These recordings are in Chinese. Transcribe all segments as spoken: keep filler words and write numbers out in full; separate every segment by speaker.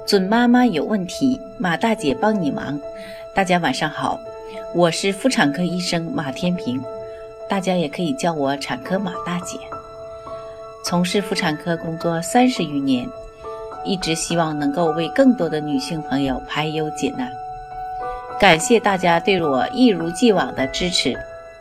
Speaker 1: 准妈妈有问题，马大姐帮你忙。大家晚上好，我是妇产科医生马天平，大家也可以叫我产科马大姐。从事妇产科工作三十余年，一直希望能够为更多的女性朋友排忧解难。感谢大家对我一如既往的支持。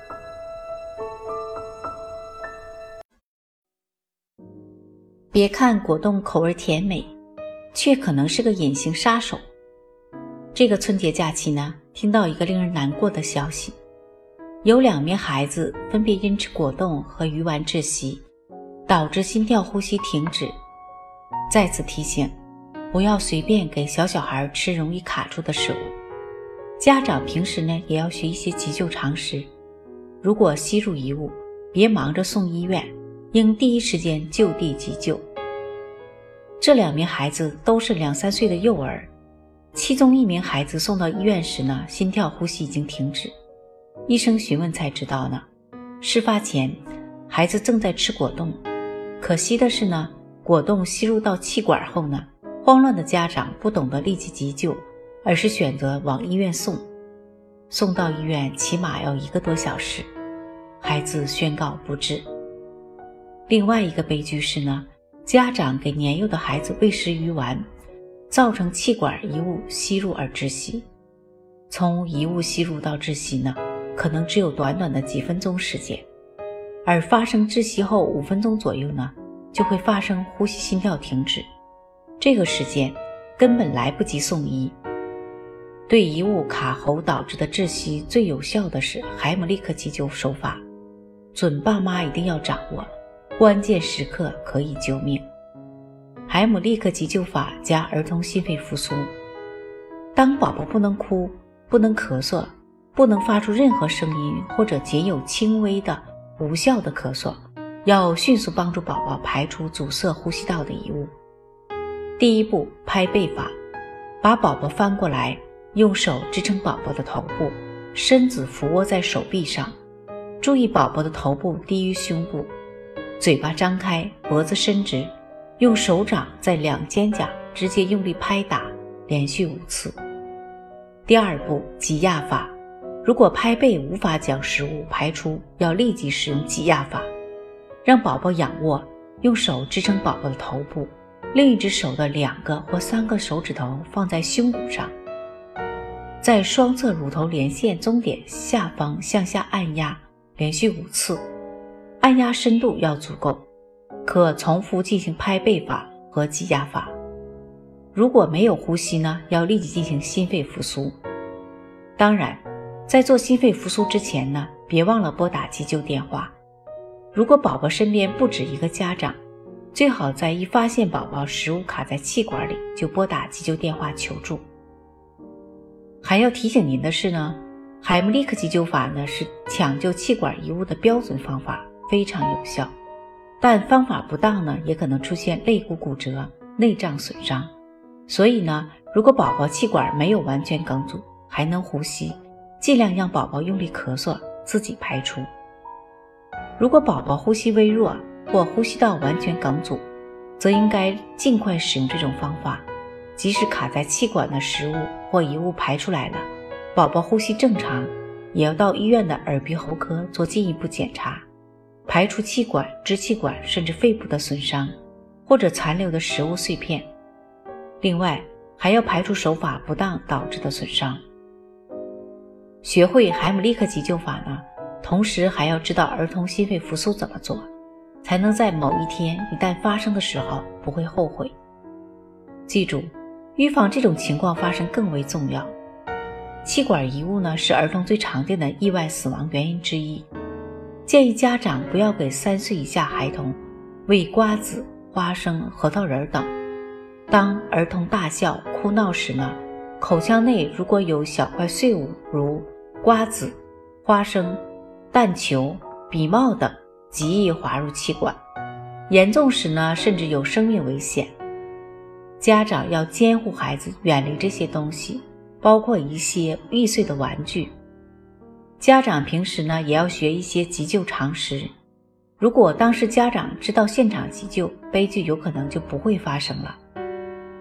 Speaker 1: 别看果冻口味甜美，却可能是个隐形杀手。这个春节假期呢，听到一个令人难过的消息，有两名孩子分别因吃果冻和鱼丸窒息，导致心跳呼吸停止。再次提醒，不要随便给小小孩吃容易卡住的食物。家长平时呢，也要学一些急救常识。如果吸入异物，别忙着送医院，应第一时间就地急救。这两名孩子都是两三岁的幼儿，其中一名孩子送到医院时呢，心跳呼吸已经停止。医生询问才知道呢，事发前孩子正在吃果冻，可惜的是呢，果冻吸入到气管后呢，慌乱的家长不懂得立即急救，而是选择往医院送。送到医院起码要一个多小时，孩子宣告不治。另外一个悲剧是呢，家长给年幼的孩子喂食鱼丸，造成气管异物吸入而窒息。从异物吸入到窒息呢，可能只有短短的几分钟时间，而发生窒息后五分钟左右呢，就会发生呼吸心跳停止。这个时间根本来不及送医。对异物卡喉导致的窒息最有效的是海姆立克急救手法，准爸妈一定要掌握，关键时刻可以救命。海姆立克急救法加儿童心肺复苏。当宝宝不能哭、不能咳嗽、不能发出任何声音，或者仅有轻微的无效的咳嗽，要迅速帮助宝宝排出阻塞呼吸道的异物。第一步，拍背法，把宝宝翻过来，用手支撑宝宝的头部，身子俯卧在手臂上，注意宝宝的头部低于胸部，嘴巴张开，脖子伸直，用手掌在两肩胛直接用力拍打，连续五次。第二步，挤压法，如果拍背无法将食物排出，要立即使用挤压法，让宝宝仰卧，用手支撑宝宝的头部，另一只手的两个或三个手指头放在胸骨上，在双侧乳头连线中点下方向下按压，连续五次，按压深度要足够，可重复进行拍背法和挤压法。如果没有呼吸呢，要立即进行心肺复苏。当然，在做心肺复苏之前呢，别忘了拨打急救电话。如果宝宝身边不止一个家长，最好在一发现宝宝食物卡在气管里，就拨打急救电话求助。还要提醒您的是呢，海姆立克急救法呢是抢救气管异物的标准方法，非常有效，但方法不当呢，也可能出现肋骨骨折、内脏损伤。所以呢，如果宝宝气管没有完全梗阻，还能呼吸，尽量让宝宝用力咳嗽，自己排出。如果宝宝呼吸微弱或呼吸道完全梗阻，则应该尽快使用这种方法。即使卡在气管的食物或异物排出来了，宝宝呼吸正常，也要到医院的耳鼻喉科做进一步检查，排除气管、支气管甚至肺部的损伤，或者残留的食物碎片。另外，还要排除手法不当导致的损伤。学会海姆立克急救法呢，同时还要知道儿童心肺复苏怎么做，才能在某一天一旦发生的时候不会后悔。记住，预防这种情况发生更为重要。气管异物呢，是儿童最常见的意外死亡原因之一。建议家长不要给三岁以下孩童喂瓜子、花生、核桃仁等。当儿童大笑、哭闹时呢，口腔内如果有小块碎物，如瓜子、花生、蛋球、笔帽等，极易滑入气管，严重时呢，甚至有生命危险。家长要监护孩子远离这些东西，包括一些易碎的玩具。家长平时呢，也要学一些急救常识。如果当时家长知道现场急救，悲剧有可能就不会发生了。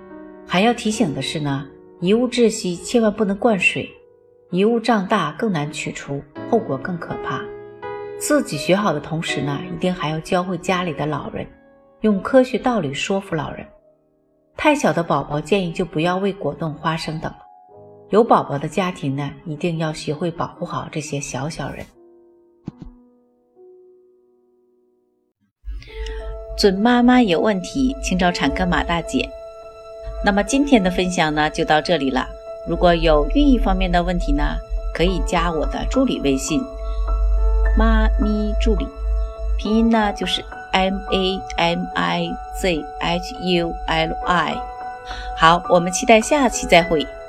Speaker 1: 还要提醒的是呢，遗物窒息千万不能灌水，遗物胀大更难取出，后果更可怕。自己学好的同时呢，一定还要教会家里的老人，用科学道理说服老人。太小的宝宝建议就不要喂果冻、花生等。有宝宝的家庭呢，一定要学会保护好这些小小人。准妈妈有问题，请找产科马大姐。那么今天的分享呢，就到这里了。如果有孕育方面的问题呢，可以加我的助理微信妈咪助理，拼音呢就是 M A M I Z H U L I。 好，我们期待下期再会。